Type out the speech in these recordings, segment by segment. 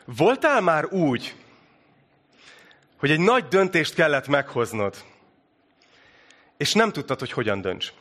Voltál már úgy, hogy egy nagy döntést kellett meghoznod, és nem tudtad, hogy hogyan dönts?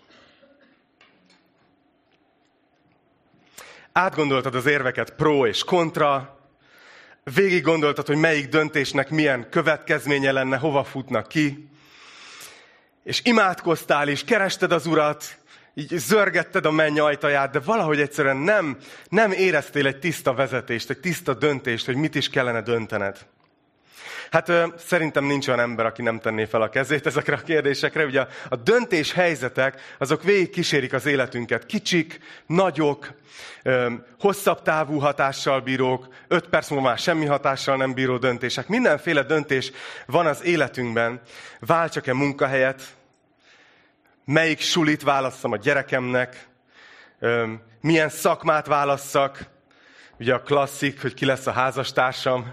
Átgondoltad az érveket pro és kontra, végig gondoltad, hogy melyik döntésnek milyen következménye lenne, hova futnak ki, és imádkoztál, és kerested az Urat, így zörgetted a menny ajtaját, de valahogy egyszerűen nem éreztél egy tiszta vezetést, egy tiszta döntést, hogy mit is kellene döntened. Hát szerintem nincs olyan ember, aki nem tenné fel a kezét ezekre a kérdésekre. Ugye a döntés helyzetek, azok végig kísérik az életünket. Kicsik, nagyok, hosszabb távú hatással bírók, 5 perc múlva már semmi hatással nem bíró döntések. Mindenféle döntés van az életünkben. Váltsak-e munkahelyet? Melyik sulit válasszam a gyerekemnek? Milyen szakmát válasszak? Ugye a klasszik, hogy ki lesz a házastársam.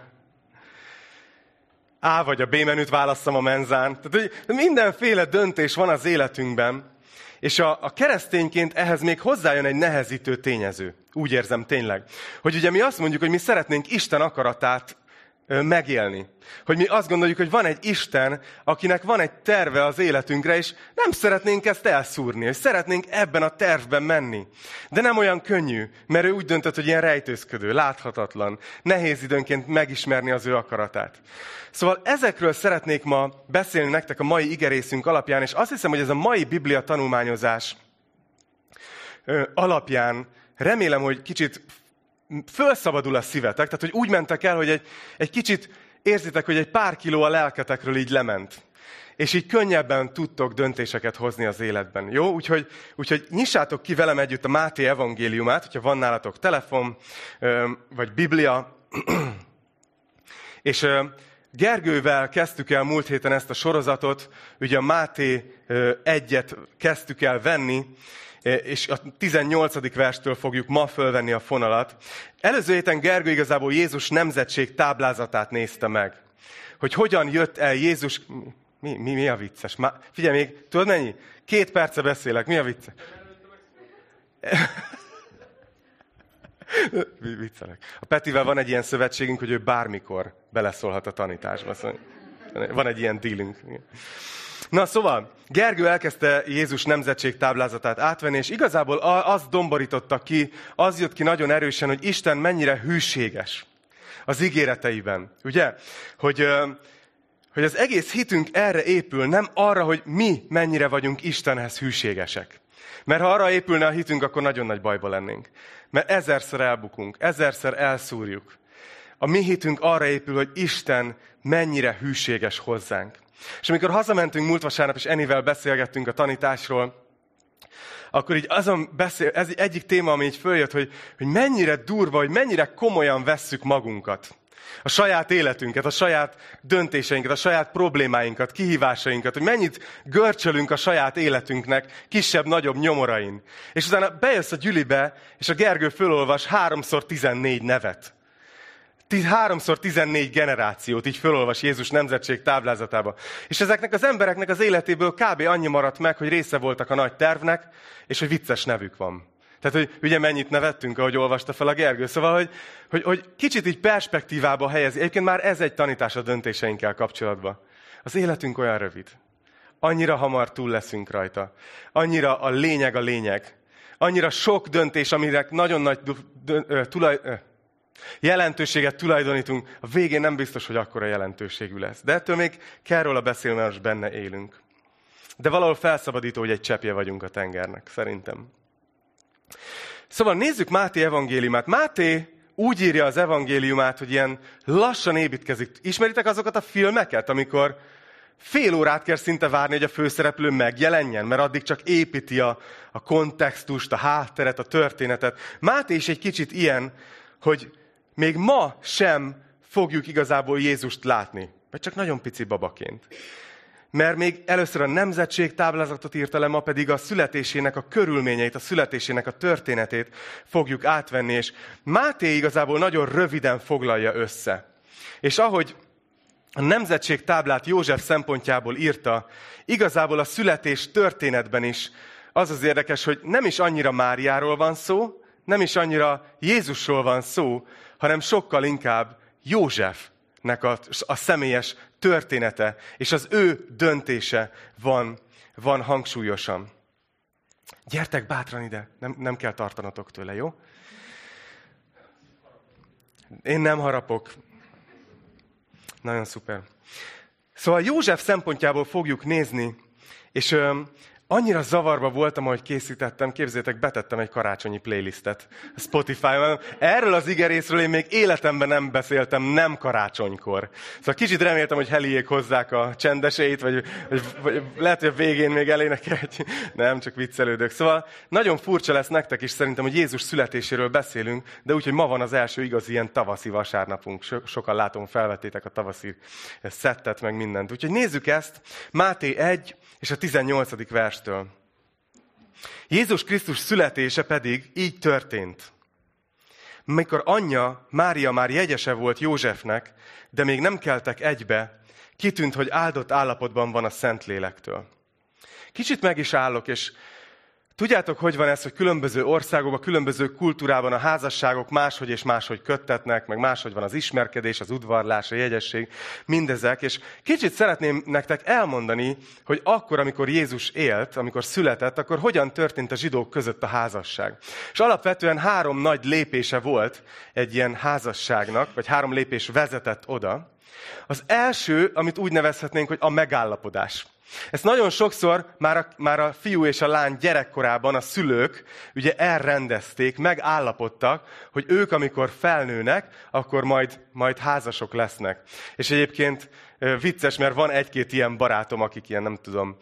A vagy a B menüt válasszam a menzán. Tehát mindenféle döntés van az életünkben, és a keresztényként ehhez még hozzájön egy nehezítő tényező. Úgy érzem tényleg. Hogy ugye mi azt mondjuk, hogy mi szeretnénk Isten akaratát megélni. Hogy mi azt gondoljuk, hogy van egy Isten, akinek van egy terve az életünkre, és nem szeretnénk ezt elszúrni, és szeretnénk ebben a tervben menni. De nem olyan könnyű, mert ő úgy döntött, hogy ilyen rejtőzködő, láthatatlan, nehéz időnként megismerni az ő akaratát. Szóval ezekről szeretnék ma beszélni nektek a mai igerészünk alapján, és azt hiszem, hogy ez a mai Biblia tanulmányozás alapján remélem, hogy kicsit fölszabadul a szívetek, tehát hogy úgy mentek el, hogy egy kicsit érzitek, hogy egy pár kiló a lelketekről így lement. És így könnyebben tudtok döntéseket hozni az életben. Jó? Úgyhogy nyissátok ki velem együtt a Máté evangéliumát, hogyha van nálatok telefon, vagy Biblia. És Gergővel kezdtük el múlt héten ezt a sorozatot, ugye a Máté 1-et kezdtük el venni, és a 18. verstől fogjuk ma fölvenni a fonalat. Előző héten Gergő igazából Jézus nemzetség táblázatát nézte meg. Hogy hogyan jött el Jézus... Mi a vicces? Figyelj még, tudod mennyi? 2 perce beszélek, mi a vicces? Viccelek. A Petivel van egy ilyen szövetségünk, hogy ő bármikor beleszólhat a tanításba. Szóval van egy ilyen dealünk. Na szóval, Gergő elkezdte Jézus nemzetség táblázatát átvenni, és igazából azt domborította ki, az jött ki nagyon erősen, hogy Isten mennyire hűséges az ígéreteiben. Ugye? Hogy az egész hitünk erre épül, nem arra, hogy mi mennyire vagyunk Istenhez hűségesek. Mert ha arra épülne a hitünk, akkor nagyon nagy bajba lennénk. Mert 1000-szer elbukunk, 1000-szer elszúrjuk. A mi hitünk arra épül, hogy Isten mennyire hűséges hozzánk. És amikor hazamentünk múlt vasárnap, és Enivel beszélgettünk a tanításról, akkor így ez egyik téma, ami így följött, hogy mennyire durva, hogy mennyire komolyan vesszük magunkat. A saját életünket, a saját döntéseinket, a saját problémáinkat, kihívásainkat, hogy mennyit görcsölünk a saját életünknek kisebb-nagyobb nyomorain. És utána bejössz a gyülibe, és a Gergő fölolvas 3x14 nevet. 3x14 generációt így fölolvas Jézus nemzetség táblázatába. És ezeknek az embereknek az életéből kb. Annyi maradt meg, hogy része voltak a nagy tervnek, és hogy vicces nevük van. Tehát, hogy ugye mennyit nevettünk, ahogy olvasta fel a Gergő. Szóval, hogy kicsit így perspektívába helyezi. Egyébként már ez egy tanítás a döntéseinkkel kapcsolatban. Az életünk olyan rövid. Annyira hamar túl leszünk rajta. Annyira a lényeg. Annyira sok döntés, aminek nagyon nagy jelentőséget tulajdonítunk, a végén nem biztos, hogy akkora jelentőségű lesz. De ettől még kell róla beszélni, mert most benne élünk. De valahol felszabadító, hogy egy cseppje vagyunk a tengernek, szerintem. Szóval nézzük Máté evangéliumát. Máté úgy írja az evangéliumát, hogy ilyen lassan építkezik. Ismeritek azokat a filmeket, amikor fél órát kell szinte várni, hogy a főszereplő megjelenjen, mert addig csak építi a kontextust, a hátteret, a történetet. Máté is egy kicsit ilyen, hogy még ma sem fogjuk igazából Jézust látni, vagy csak nagyon pici babaként. Mert még először a nemzetség táblázatot írta le, ma pedig a születésének a körülményeit, a születésének a történetét fogjuk átvenni, és Máté igazából nagyon röviden foglalja össze. És ahogy a nemzetség táblát József szempontjából írta, igazából a születés történetben is az az érdekes, hogy nem is annyira Máriáról van szó, nem is annyira Jézusról van szó, hanem sokkal inkább Józsefnek a személyes története, és az ő döntése van hangsúlyosan. Gyertek bátran ide, nem kell tartanatok tőle, jó? Én nem harapok. Nagyon szuper. Szóval József szempontjából fogjuk nézni, és annyira zavarba voltam, ahogy készítettem, képzeljétek, betettem egy karácsonyi playlistet a Spotify-on. Erről az igerészről én még életemben nem beszéltem, nem karácsonykor. Szóval kicsit reméltem, hogy Heliék hozzák a csendeseit, vagy lehet, hogy a végén még elénekel egy... Nem, csak viccelődök. Szóval nagyon furcsa lesz nektek is szerintem, hogy Jézus születéséről beszélünk, de úgy, hogy ma van az első igazi ilyen tavaszi vasárnapunk. Sokan látom, felvettétek a tavaszi szettet, meg mindent. Úgyhogy nézzük ezt. Máté 1 és a 18. verstől. Jézus Krisztus születése pedig így történt. Mikor anyja, Mária már jegyese volt Józsefnek, de még nem keltek egybe, kitűnt, hogy áldott állapotban van a Szentlélektől. Kicsit meg is állok, és tudjátok, hogy van ez, hogy különböző országokban, különböző kultúrában a házasságok máshogy és máshogy köttetnek, meg máshogy van az ismerkedés, az udvarlás, a jegyesség, mindezek. És kicsit szeretném nektek elmondani, hogy akkor, amikor Jézus élt, amikor született, akkor hogyan történt a zsidók között a házasság. És alapvetően 3 nagy lépése volt egy ilyen házasságnak, vagy 3 lépés vezetett oda. Az első, amit úgy nevezhetnénk, hogy a megállapodás. Ezt nagyon sokszor már a fiú és a lány gyerekkorában a szülők ugye elrendezték, megállapodtak, hogy ők, amikor felnőnek, akkor majd házasok lesznek. És egyébként vicces, mert van 1-2 ilyen barátom, akik ilyen, nem tudom,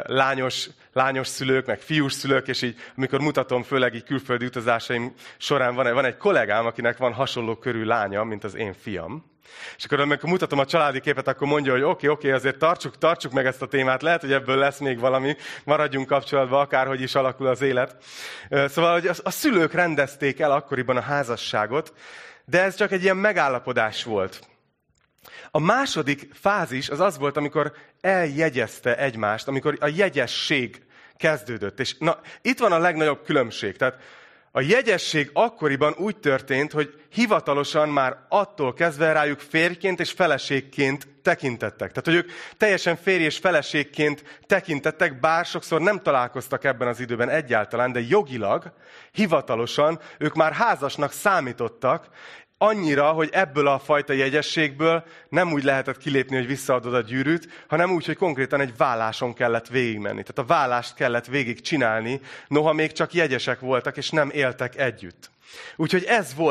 lányos szülők, meg fiús szülők, és így, amikor mutatom, főleg így külföldi utazásaim során van egy kollégám, akinek van hasonló körű lánya, mint az én fiam. És akkor, amikor mutatom a családi képet, akkor mondja, hogy oké, azért tartsuk meg ezt a témát, lehet, hogy ebből lesz még valami, maradjunk kapcsolatban, akárhogy is alakul az élet. Szóval, hogy a szülők rendezték el akkoriban a házasságot, de ez csak egy ilyen megállapodás volt. A második fázis az volt, amikor eljegyezte egymást, amikor a jegyesség kezdődött. És itt van a legnagyobb különbség. Tehát a jegyesség akkoriban úgy történt, hogy hivatalosan már attól kezdve rájuk férjként és feleségként tekintettek. Tehát, hogy ők teljesen férj és feleségként tekintettek, bár sokszor nem találkoztak ebben az időben egyáltalán, de jogilag, hivatalosan ők már házasnak számítottak, annyira, hogy ebből a fajta jegyességből nem úgy lehetett kilépni, hogy visszaadod a gyűrűt, hanem úgy, hogy konkrétan egy válláson kellett végigmenni. Tehát a vállást kellett végigcsinálni, noha még csak jegyesek voltak, és nem éltek együtt. Úgyhogy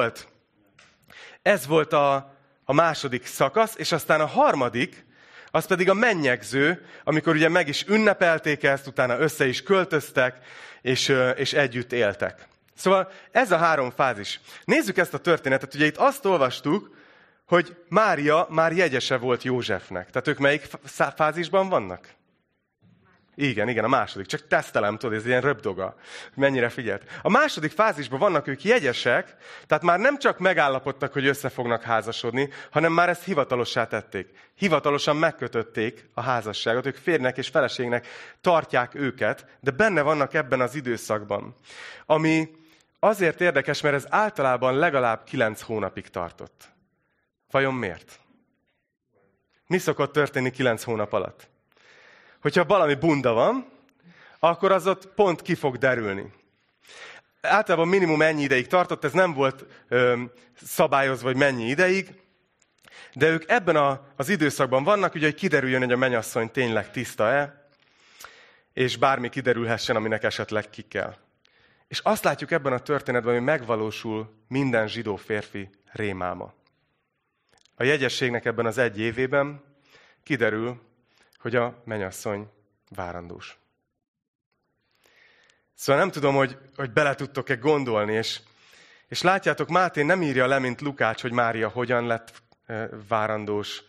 ez volt a második szakasz, és aztán a harmadik, az pedig a mennyegző, amikor ugye meg is ünnepelték ezt, utána össze is költöztek, és együtt éltek. Szóval ez a 3 fázis. Nézzük ezt a történetet. Ugye itt azt olvastuk, hogy Mária már jegyese volt Józsefnek. Tehát ők melyik fázisban vannak? Igen, a második. Csak tesztelem, tudod, ez ilyen röpdoga. Mennyire figyelt. A második fázisban vannak ők jegyesek, tehát már nem csak megállapodtak, hogy össze fognak házasodni, hanem már ezt hivatalossá tették. Hivatalosan megkötötték a házasságot, ők férjnek és feleségnek tartják őket, de benne vannak ebben az időszakban. Ami azért érdekes, mert ez általában legalább 9 hónapig tartott. Vajon miért? Mi szokott történni 9 hónap alatt? Hogyha valami bunda van, akkor az ott pont ki fog derülni. Általában minimum ennyi ideig tartott, ez nem volt szabályozva, hogy mennyi ideig, de ők ebben az időszakban vannak, ugye, hogy kiderüljön, hogy a mennyasszony tényleg tiszta-e, és bármi kiderülhessen, aminek esetleg ki kell. És azt látjuk ebben a történetben, hogy megvalósul minden zsidó férfi rémálma. A jegyességnek ebben az 1 évében kiderül, hogy a mennyasszony várandós. Szóval nem tudom, hogy bele tudtok-e gondolni, és látjátok, Máté nem írja le, mint Lukács, hogy Mária hogyan lett várandós,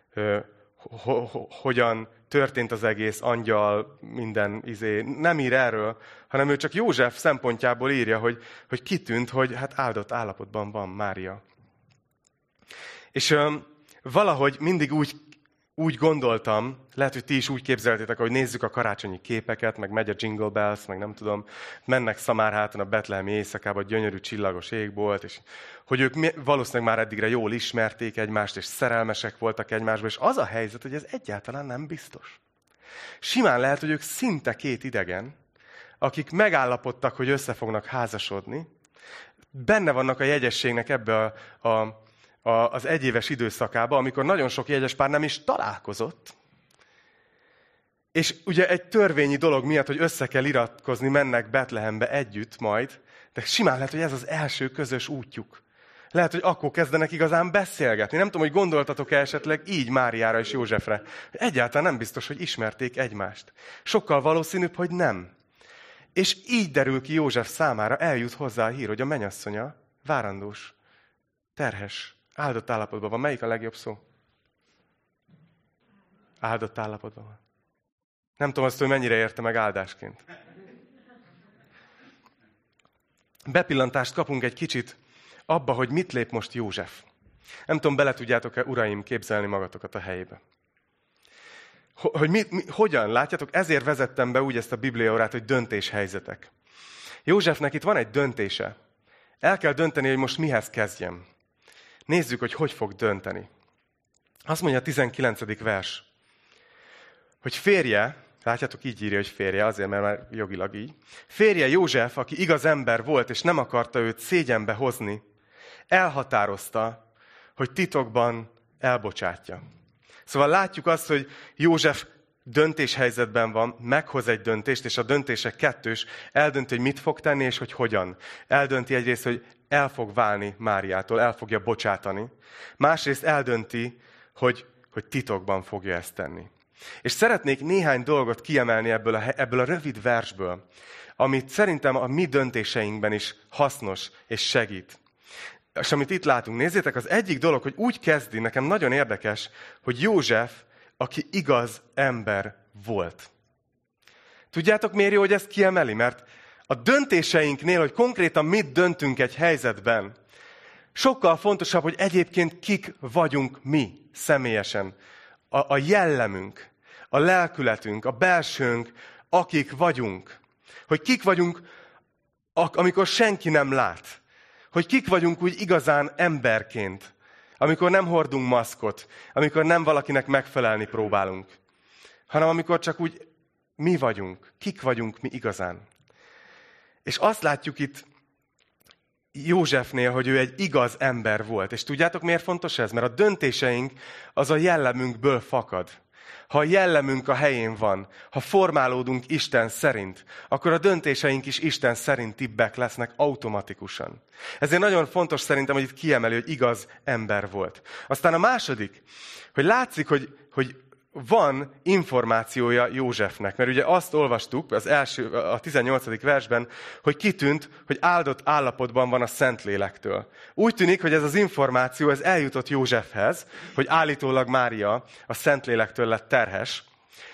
hogyan történt az egész, angyal, minden nem ír erről, hanem ő csak József szempontjából írja, hogy kitűnt, hogy hát áldott állapotban van Mária. És valahogy mindig úgy úgy gondoltam, lehet, hogy ti is úgy képzeltétek, hogy nézzük a karácsonyi képeket, meg megy a Jingle Bells, meg nem tudom, mennek Szamárháton a betlehemi éjszakába, gyönyörű csillagos égbolt, és hogy ők valószínűleg már eddigre jól ismerték egymást, és szerelmesek voltak egymásba, és az a helyzet, hogy ez egyáltalán nem biztos. Simán lehet, hogy ők szinte két idegen, akik megállapodtak, hogy össze fognak házasodni, benne vannak a jegyességnek ebbe az egyéves időszakába, amikor nagyon sok jegyes pár nem is találkozott. És ugye egy törvényi dolog miatt, hogy össze kell iratkozni, mennek Betlehembe együtt majd, de simán lehet, hogy ez az első közös útjuk. Lehet, hogy akkor kezdenek igazán beszélgetni. Nem tudom, hogy gondoltatok-e esetleg így Máriára és Józsefre. Egyáltalán nem biztos, hogy ismerték egymást. Sokkal valószínűbb, hogy nem. És így derül ki József számára, eljut hozzá a hír, hogy a mennyasszonya várandós, terhes, áldott állapotban van. Melyik a legjobb szó? Áldott állapotban van. Nem tudom azt, hogy mennyire érte meg áldásként. Bepillantást kapunk egy kicsit abba, hogy mit lép most József. Nem tudom, bele tudjátok-e, uraim, képzelni magatokat a helyébe. Hogy hogyan, látjátok, ezért vezettem be úgy ezt a bibliaórát, hogy döntéshelyzetek. Józsefnek itt van egy döntése. El kell dönteni, hogy most mihez kezdjem. Nézzük, hogy fog dönteni. Azt mondja a 19. vers, hogy férje, látjátok, így írja, hogy férje, azért, mert már jogilag így. Férje József, aki igaz ember volt, és nem akarta őt szégyenbe hozni, elhatározta, hogy titokban elbocsátja. Szóval látjuk azt, hogy József döntéshelyzetben van, meghoz egy döntést, és a döntése kettős, eldönti, hogy mit fog tenni, és hogy hogyan. Eldönti egyrészt, hogy el fog válni Máriától, el fogja bocsátani. Másrészt eldönti, hogy titokban fogja ezt tenni. És szeretnék néhány dolgot kiemelni ebből a rövid versből, amit szerintem a mi döntéseinkben is hasznos és segít. És amit itt látunk, nézzétek, az egyik dolog, hogy úgy kezdi, nekem nagyon érdekes, hogy József, aki igaz ember volt. Tudjátok, miért jó, hogy ezt kiemeli? Mert a döntéseinknél, hogy konkrétan mit döntünk egy helyzetben, sokkal fontosabb, hogy egyébként kik vagyunk mi személyesen. A jellemünk, a lelkületünk, a belsőnk, akik vagyunk. Hogy kik vagyunk, amikor senki nem lát. Hogy kik vagyunk úgy igazán emberként, amikor nem hordunk maszkot, amikor nem valakinek megfelelni próbálunk, hanem amikor csak úgy mi vagyunk, kik vagyunk mi igazán. És azt látjuk itt Józsefnél, hogy ő egy igaz ember volt. És tudjátok, miért fontos ez? Mert a döntéseink az a jellemünkből fakad. Ha a jellemünk a helyén van, ha formálódunk Isten szerint, akkor a döntéseink is Isten szerintibbek lesznek automatikusan. Ezért nagyon fontos szerintem, hogy itt kiemeli, hogy igaz ember volt. Aztán a második, hogy látszik, hogy van információja Józsefnek. Mert ugye azt olvastuk a 18. versben, hogy kitűnt, hogy áldott állapotban van a Szentlélektől. Úgy tűnik, hogy ez az információ ez eljutott Józsefhez, hogy állítólag Mária a Szentlélektől lett terhes.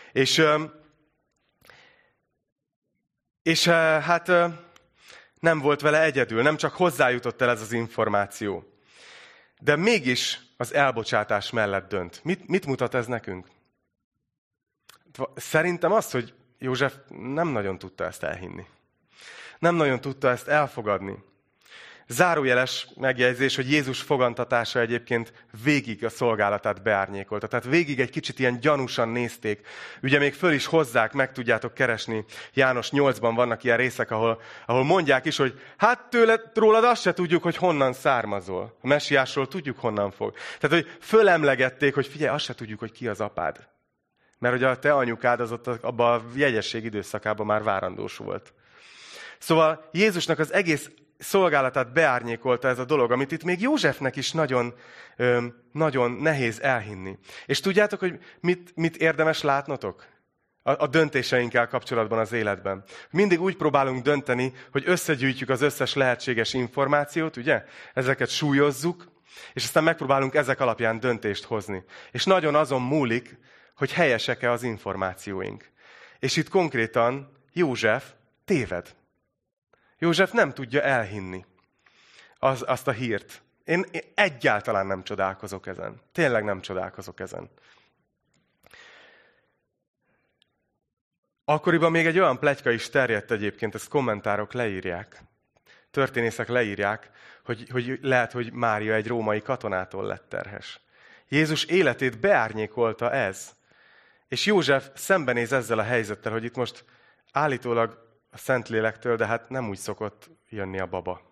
És hát nem volt vele egyedül, nem csak hozzájutott el ez az információ. De mégis az elbocsátás mellett dönt. Mit mutat ez nekünk? Szerintem az, hogy József nem nagyon tudta ezt elhinni. Nem nagyon tudta ezt elfogadni. Zárójeles megjegyzés, hogy Jézus fogantatása egyébként végig a szolgálatát beárnyékolta. Tehát végig egy kicsit ilyen gyanúsan nézték. Ugye még föl is hozzák, meg tudjátok keresni. János 8-ban vannak ilyen részek, ahol mondják is, hogy hát rólad azt se tudjuk, hogy honnan származol. A messiásról tudjuk, honnan fog. Tehát, hogy fölemlegették, hogy figyelj, azt se tudjuk, hogy ki az apád. Mert hogy a te anyukád az ott abban a jegyesség időszakában már várandós volt. Szóval Jézusnak az egész szolgálatát beárnyékolta ez a dolog, amit itt még Józsefnek is nagyon, nagyon nehéz elhinni. És tudjátok, hogy mit érdemes látnotok a döntéseinkkel kapcsolatban az életben? Mindig úgy próbálunk dönteni, hogy összegyűjtjük az összes lehetséges információt, ugye? Ezeket súlyozzuk, és aztán megpróbálunk ezek alapján döntést hozni. És nagyon azon múlik, hogy helyesek-e az információink. És itt konkrétan József téved. József nem tudja elhinni azt a hírt. Én egyáltalán nem csodálkozok ezen. Tényleg nem csodálkozok ezen. Akkoriban még egy olyan pletyka is terjedt egyébként, ezt kommentárok leírják. Történészek leírják, hogy lehet, hogy Mária egy római katonától lett terhes. Jézus életét beárnyékolta ez. És József szembenéz ezzel a helyzettel, hogy itt most állítólag a Szentlélektől, de hát nem úgy szokott jönni a baba.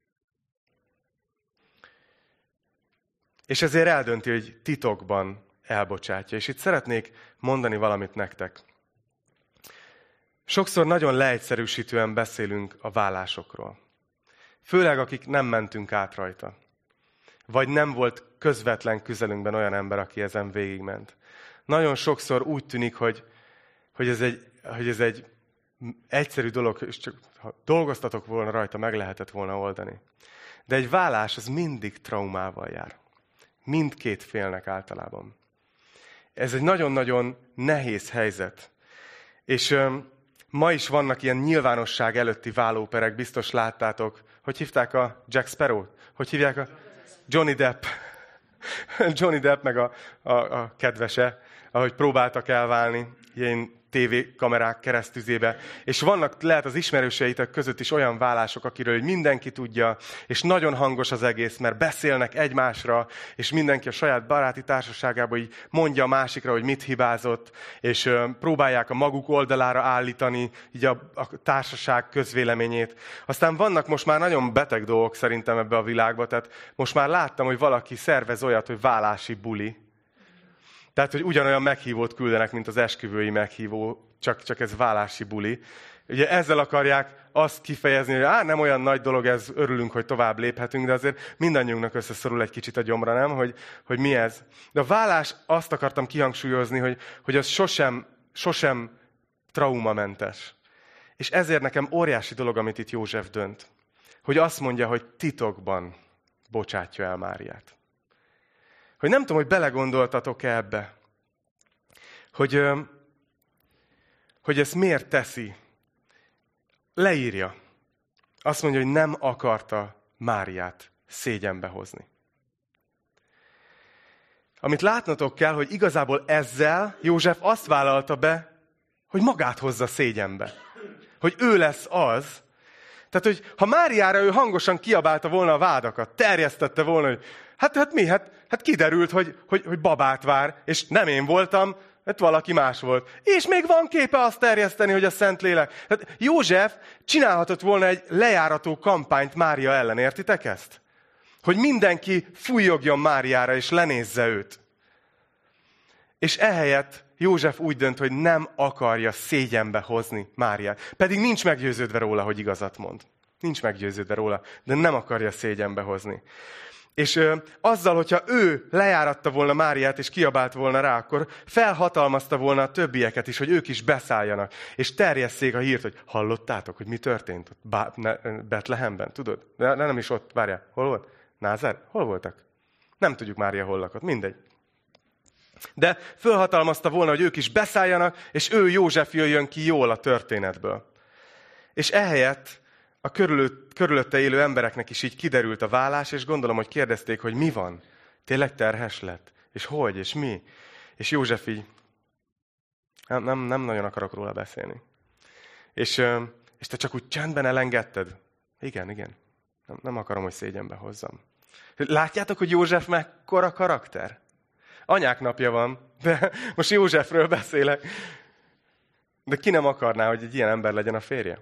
És ezért eldönti, hogy titokban elbocsátja. És itt szeretnék mondani valamit nektek. Sokszor nagyon leegyszerűsítően beszélünk a vállásokról. Főleg, akik nem mentünk át rajta. Vagy nem volt közvetlen közelünkben olyan ember, aki ezen végigment. Nagyon sokszor úgy tűnik, hogy ez egy egyszerű dolog, és csak ha dolgoztatok volna rajta, meg lehetett volna oldani. De egy vállás az mindig traumával jár. Mindkét félnek általában. Ez egy nagyon-nagyon nehéz helyzet. És ma is vannak ilyen nyilvánosság előtti vállóperek, biztos láttátok. Hogy hívták a Jack Sparrow-t? Hogy hívják a Johnny Depp? Johnny Depp meg a kedvese, ahogy próbáltak elválni ilyen tévékamerák keresztüzébe. És vannak, lehet az ismerőseitek között is olyan vállások, akiről mindenki tudja, és nagyon hangos az egész, mert beszélnek egymásra, és mindenki a saját baráti társaságában így mondja a másikra, hogy mit hibázott, és próbálják a maguk oldalára állítani így a társaság közvéleményét. Aztán vannak most már nagyon beteg dolgok szerintem ebbe a világba, tehát most már láttam, hogy valaki szervez olyat, hogy vállási buli. Tehát, hogy ugyanolyan meghívót küldenek, mint az esküvői meghívó, csak ez vállási buli. Ugye ezzel akarják azt kifejezni, hogy nem olyan nagy dolog ez, örülünk, hogy tovább léphetünk, de azért mindannyiunknak összeszorul egy kicsit a gyomra, nem? Hogy mi ez. De a vállás, azt akartam kihangsúlyozni, hogy az sosem traumamentes. És ezért nekem óriási dolog, amit itt József dönt. Hogy azt mondja, hogy titokban bocsátja el Máriát. Hogy nem tudom, hogy belegondoltatok-e ebbe, hogy ezt miért teszi. Leírja. Azt mondja, hogy nem akarta Máriát szégyenbe hozni. Amit látnotok kell, hogy igazából ezzel József azt vállalta be, hogy magát hozza szégyenbe. Hogy ő lesz az. Tehát, hogy ha Máriára ő hangosan kiabálta volna a vádakat, terjesztette volna, hogy hát mi? Hát kiderült, hogy babát vár, és nem én voltam, hát valaki más volt. És még van képe azt terjeszteni, hogy a Szentlélek. Tehát József csinálhatott volna egy lejárató kampányt Mária ellen, értitek ezt? Hogy mindenki fújjogjon Máriára, és lenézze őt. És ehelyett József úgy dönt, hogy nem akarja szégyenbe hozni Máriát. Pedig nincs meggyőződve róla, hogy igazat mond. Nincs meggyőződve róla, de nem akarja szégyenbe hozni. És azzal, hogyha ő lejáratta volna Máriát, és kiabált volna rá, akkor felhatalmazta volna a többieket is, hogy ők is beszálljanak, és terjesszék a hírt, hogy hallottátok, hogy mi történt ott Betlehemben, tudod? De nem is ott, várjál, hol volt? Názár? Hol voltak? Nem tudjuk Mária hol lakott, mindegy. De felhatalmazta volna, hogy ők is beszálljanak, és ő, József, jöjjön ki jól a történetből. És ehelyett a körülötte élő embereknek is így kiderült a vállás, és gondolom, hogy kérdezték, hogy mi van? Tényleg terhes lett? És hogy? És mi? És József így, nem nagyon akarok róla beszélni. És te csak úgy csendben elengedted? Igen. Nem akarom, hogy szégyenbe hozzam. Látjátok, hogy József mekkora karakter? Anyák napja van, de most Józsefről beszélek. De ki nem akarná, hogy egy ilyen ember legyen a férje?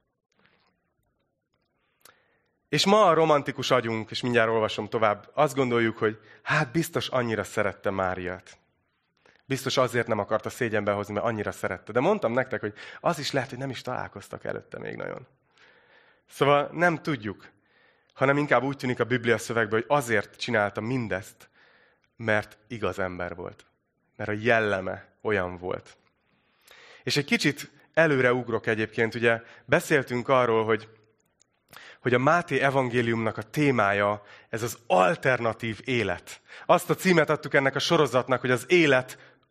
És ma a romantikus agyunk, és mindjárt olvasom tovább, azt gondoljuk, hogy hát biztos annyira szerette Máriát. Biztos azért nem akarta szégyenbe hozni, mert annyira szerette. De mondtam nektek, hogy az is lehet, hogy nem is találkoztak előtte még nagyon. Szóval nem tudjuk, hanem inkább úgy tűnik a Biblia szövegben, hogy azért csinálta mindezt, mert igaz ember volt. Mert a jelleme olyan volt. És egy kicsit előre ugrok egyébként, ugye beszéltünk arról, hogy a Máté evangéliumnak a témája, ez az alternatív élet. Azt a címet adtuk ennek a sorozatnak, hogy az élet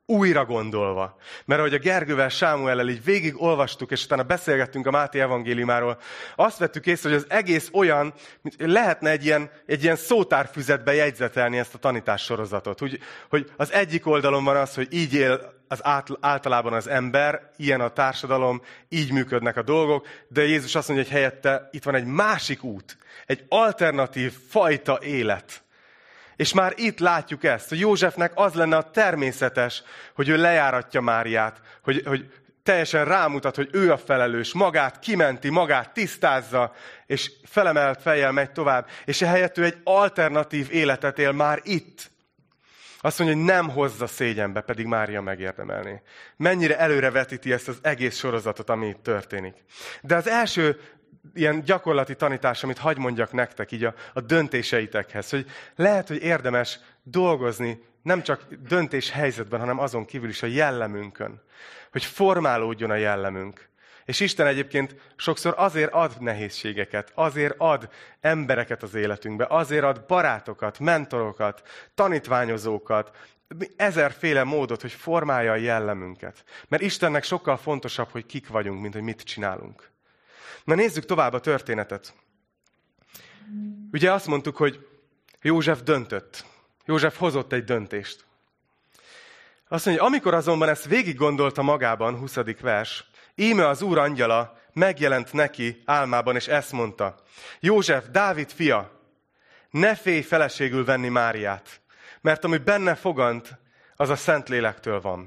újra gondolva. Mert ahogy a Gergővel, Sámuellel így végig olvastuk, és utána beszélgettünk a Máté evangéliumáról, azt vettük észre, hogy az egész olyan, mint lehetne egy ilyen szótárfüzetbe jegyzetelni ezt a tanítássorozatot. Hogy az egyik oldalon van az, hogy így él általában az ember, ilyen a társadalom, így működnek a dolgok, de Jézus azt mondja, hogy helyette itt van egy másik út, egy alternatív fajta élet. És már itt látjuk ezt, hogy Józsefnek az lenne a természetes, hogy ő lejáratja Máriát, hogy teljesen rámutat, hogy ő a felelős, magát kimenti, magát tisztázza, és felemelt fejjel megy tovább. És ehelyett ő egy alternatív életet él már itt. Azt mondja, hogy nem hozza szégyenbe, pedig Mária megérdemelné. Mennyire előrevetíti ezt az egész sorozatot, ami itt történik. De az első ilyen gyakorlati tanítás, amit hadd mondjak nektek így a döntéseitekhez, hogy lehet, hogy érdemes dolgozni nem csak döntéshelyzetben, hanem azon kívül is a jellemünkön. Hogy formálódjon a jellemünk. És Isten egyébként sokszor azért ad nehézségeket, azért ad embereket az életünkbe, azért ad barátokat, mentorokat, tanítványozókat, ezerféle módot, hogy formálja a jellemünket. Mert Istennek sokkal fontosabb, hogy kik vagyunk, mint hogy mit csinálunk. Na nézzük tovább a történetet. Ugye azt mondtuk, hogy József döntött. József hozott egy döntést. Azt mondja, amikor azonban ezt végig gondolta magában, 20. vers, íme az Úr angyala megjelent neki álmában, és ezt mondta. József, Dávid fia, ne félj feleségül venni Máriát, mert ami benne fogant, az a Szentlélektől van.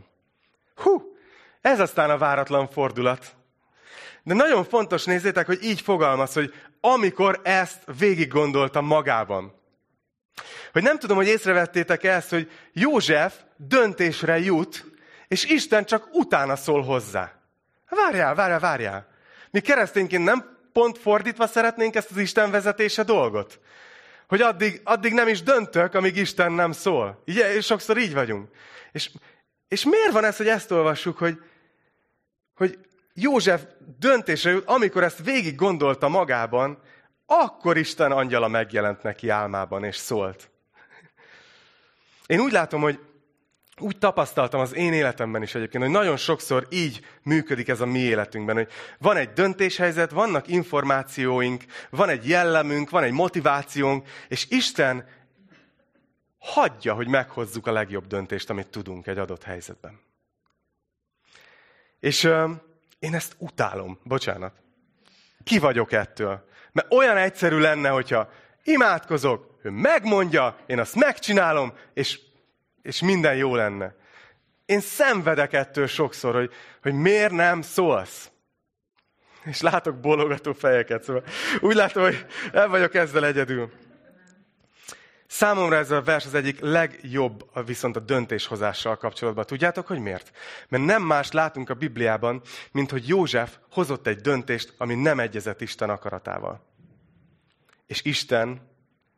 Ez aztán a váratlan fordulat. De nagyon fontos, nézzétek, hogy így fogalmaz, hogy amikor ezt végig gondolta magában. Hogy nem tudom, hogy észrevettétek ezt, hogy József döntésre jut, és Isten csak utána szól hozzá. Várjál. Mi keresztényként nem pont fordítva szeretnénk ezt az Isten vezetése dolgot? Hogy addig nem is döntök, amíg Isten nem szól. És sokszor így vagyunk. És miért van ez, hogy ezt olvassuk, hogy József döntésre jut, amikor ezt végig gondolta magában, akkor Isten angyala megjelent neki álmában, és szólt. Én úgy látom, hogy úgy tapasztaltam az én életemben is egyébként, hogy nagyon sokszor így működik ez a mi életünkben, hogy van egy döntéshelyzet, vannak információink, van egy jellemünk, van egy motivációnk, és Isten hagyja, hogy meghozzuk a legjobb döntést, amit tudunk egy adott helyzetben. És én ezt utálom, bocsánat. Ki vagyok ettől? Mert olyan egyszerű lenne, hogyha imádkozok, ő megmondja, én azt megcsinálom, és minden jó lenne. Én szenvedek ettől sokszor, hogy miért nem szólsz. És látok bólogató fejeket, szóval úgy látom, hogy el vagyok ezzel egyedül. Számomra ez a vers az egyik legjobb viszont a döntéshozással kapcsolatban. Tudjátok, hogy miért? Mert nem más látunk a Bibliában, mint hogy József hozott egy döntést, ami nem egyezett Isten akaratával. És Isten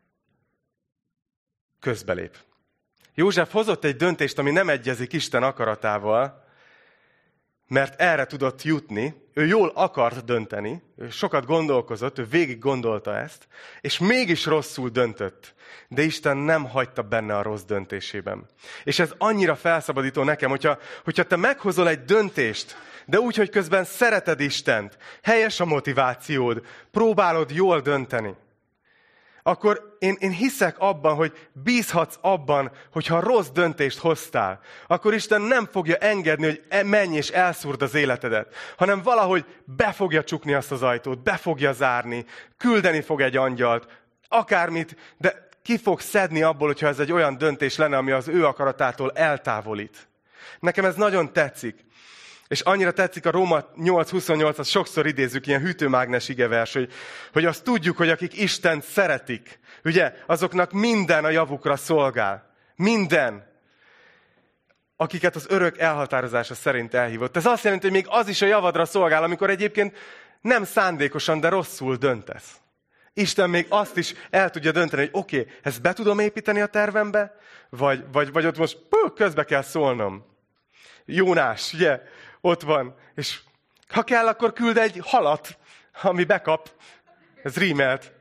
közbelép. József hozott egy döntést, ami nem egyezik Isten akaratával, mert erre tudott jutni, ő jól akart dönteni, ő sokat gondolkozott, ő végig gondolta ezt, és mégis rosszul döntött. De Isten nem hagyta benne a rossz döntésében. És ez annyira felszabadító nekem, hogyha te meghozol egy döntést, de úgy, hogy közben szereted Istent, helyes a motivációd, próbálod jól dönteni, akkor én hiszek abban, hogy bízhatsz abban, hogyha rossz döntést hoztál, akkor Isten nem fogja engedni, hogy menj és elszúrd az életedet, hanem valahogy be fogja csukni azt az ajtót, be fogja zárni, küldeni fog egy angyalt, akármit, de ki fog szedni abból, hogyha ez egy olyan döntés lenne, ami az ő akaratától eltávolít. Nekem ez nagyon tetszik. És annyira tetszik a Róma 8:28, azt sokszor idézzük, ilyen hűtőmágnes igevers, hogy azt tudjuk, hogy akik Istent szeretik, ugye, azoknak minden a javukra szolgál. Minden. Akiket az örök elhatározása szerint elhívott. Ez azt jelenti, hogy még az is a javadra szolgál, amikor egyébként nem szándékosan, de rosszul döntesz. Isten még azt is el tudja dönteni, hogy oké, ezt be tudom építeni a tervembe, vagy ott most közbe kell szólnom. Jónás, ugye, ott van, és ha kell, akkor küld egy halat, ami bekap. Ez rímelt.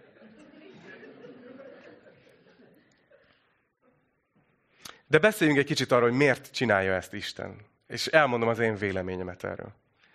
De beszéljünk egy kicsit arról, hogy miért csinálja ezt Isten. És elmondom az én véleményemet erről.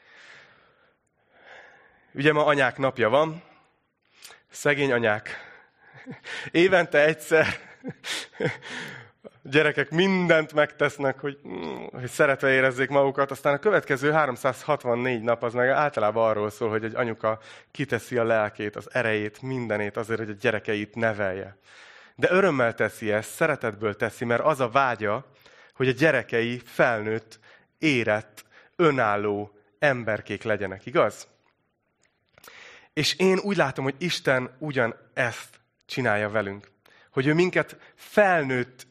Ugye ma anyák napja van, szegény anyák. Évente egyszer gyerekek mindent megtesznek, hogy szeretve érezzék magukat, aztán a következő 364 nap az meg általában arról szól, hogy egy anyuka kiteszi a lelkét, az erejét, mindenét azért, hogy a gyerekeit nevelje. De örömmel teszi ezt, szeretetből teszi, mert az a vágya, hogy a gyerekei felnőtt, érett, önálló emberkék legyenek, igaz? És én úgy látom, hogy Isten ugyanezt csinálja velünk. Hogy ő minket felnőtt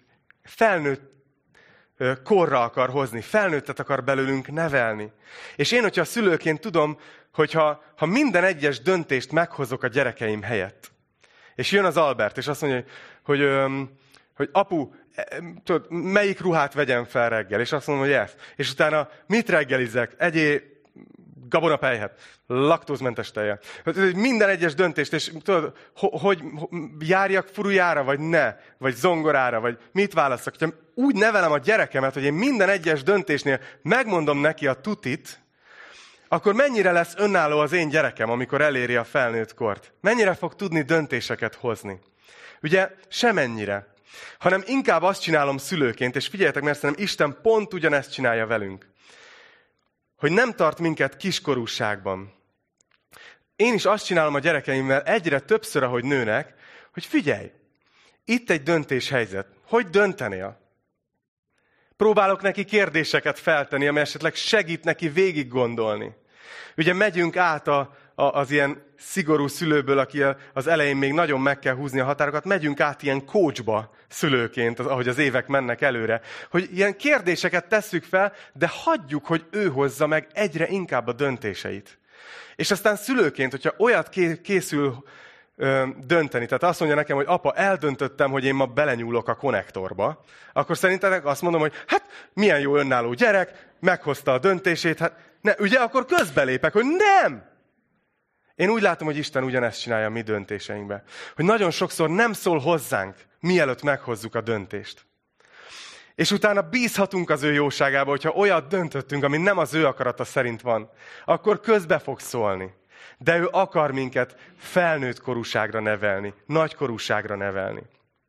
korra akar hozni, felnőttet akar belőlünk nevelni. És én, hogyha szülőként tudom, hogy ha minden egyes döntést meghozok a gyerekeim helyett, és jön az Albert, és azt mondja, hogy apu, tudod, melyik ruhát vegyem fel reggel? És azt mondom, hogy ezt. És utána mit reggelizek? Egyél gabonapelyhet, laktózmentes tejjel. Minden egyes döntést, és tudod, hogy járjak furujára, vagy ne, vagy zongorára, vagy mit válasszak. Ha úgy nevelem a gyerekemet, hogy én minden egyes döntésnél megmondom neki a tutit, akkor mennyire lesz önálló az én gyerekem, amikor eléri a felnőtt kort? Mennyire fog tudni döntéseket hozni? Ugye semennyire. Hanem inkább azt csinálom szülőként, és figyeljetek, mert szerintem Isten pont ugyanezt csinálja velünk. Hogy nem tart minket kiskorúságban. Én is azt csinálom a gyerekeimmel egyre többször, ahogy nőnek, hogy figyelj, itt egy döntéshelyzet. Hogy döntenél? Próbálok neki kérdéseket feltenni, ami esetleg segít neki végig gondolni. Ugye megyünk át az ilyen szigorú szülőből, aki az elején még nagyon meg kell húzni a határokat, megyünk át ilyen coachba szülőként, ahogy az évek mennek előre, hogy ilyen kérdéseket tesszük fel, de hagyjuk, hogy ő hozza meg egyre inkább a döntéseit. És aztán szülőként, hogyha olyat készül dönteni, tehát azt mondja nekem, hogy apa, eldöntöttem, hogy én ma belenyúlok a konnektorba, akkor szerintetek azt mondom, hogy hát milyen jó önálló gyerek, meghozta a döntését, hát ne, ugye akkor közbelépek, hogy nem! Én úgy látom, hogy Isten ugyanezt csinálja a mi döntéseinkbe. Hogy nagyon sokszor nem szól hozzánk, mielőtt meghozzuk a döntést. És utána bízhatunk az ő jóságába, hogyha olyat döntöttünk, ami nem az ő akarata szerint van, akkor közbe fog szólni. De ő akar minket felnőtt korúságra nevelni, nagykorúságra nevelni.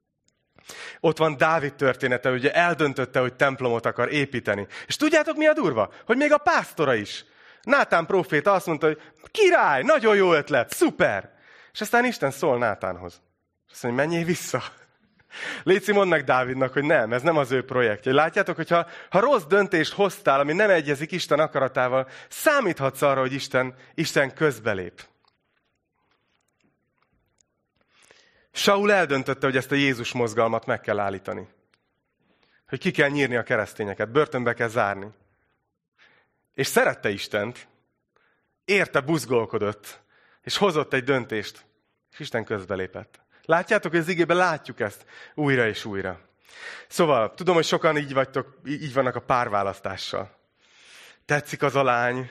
Ott van Dávid története, ugye eldöntötte, hogy templomot akar építeni. És tudjátok, mi a durva? Hogy még a pásztora is. Nátán próféta azt mondta, hogy király, nagyon jó ötlet, szuper. És aztán Isten szól Nátánhoz. És azt mondja, menjél vissza. Léci, mondd meg Dávidnak, hogy nem, ez nem az ő projektje. Látjátok, hogy ha rossz döntést hoztál, ami nem egyezik Isten akaratával, számíthatsz arra, hogy Isten közbelép. Saul eldöntötte, hogy ezt a Jézus mozgalmat meg kell állítani. Hogy ki kell nyírni a keresztényeket, börtönbe kell zárni. És szerette Istent, érte buzgolkodott, és hozott egy döntést, és Isten közbelépett. Látjátok, hogy az igében látjuk ezt újra és újra. Szóval, tudom, hogy sokan így vannak a párválasztással. Tetszik az a lány.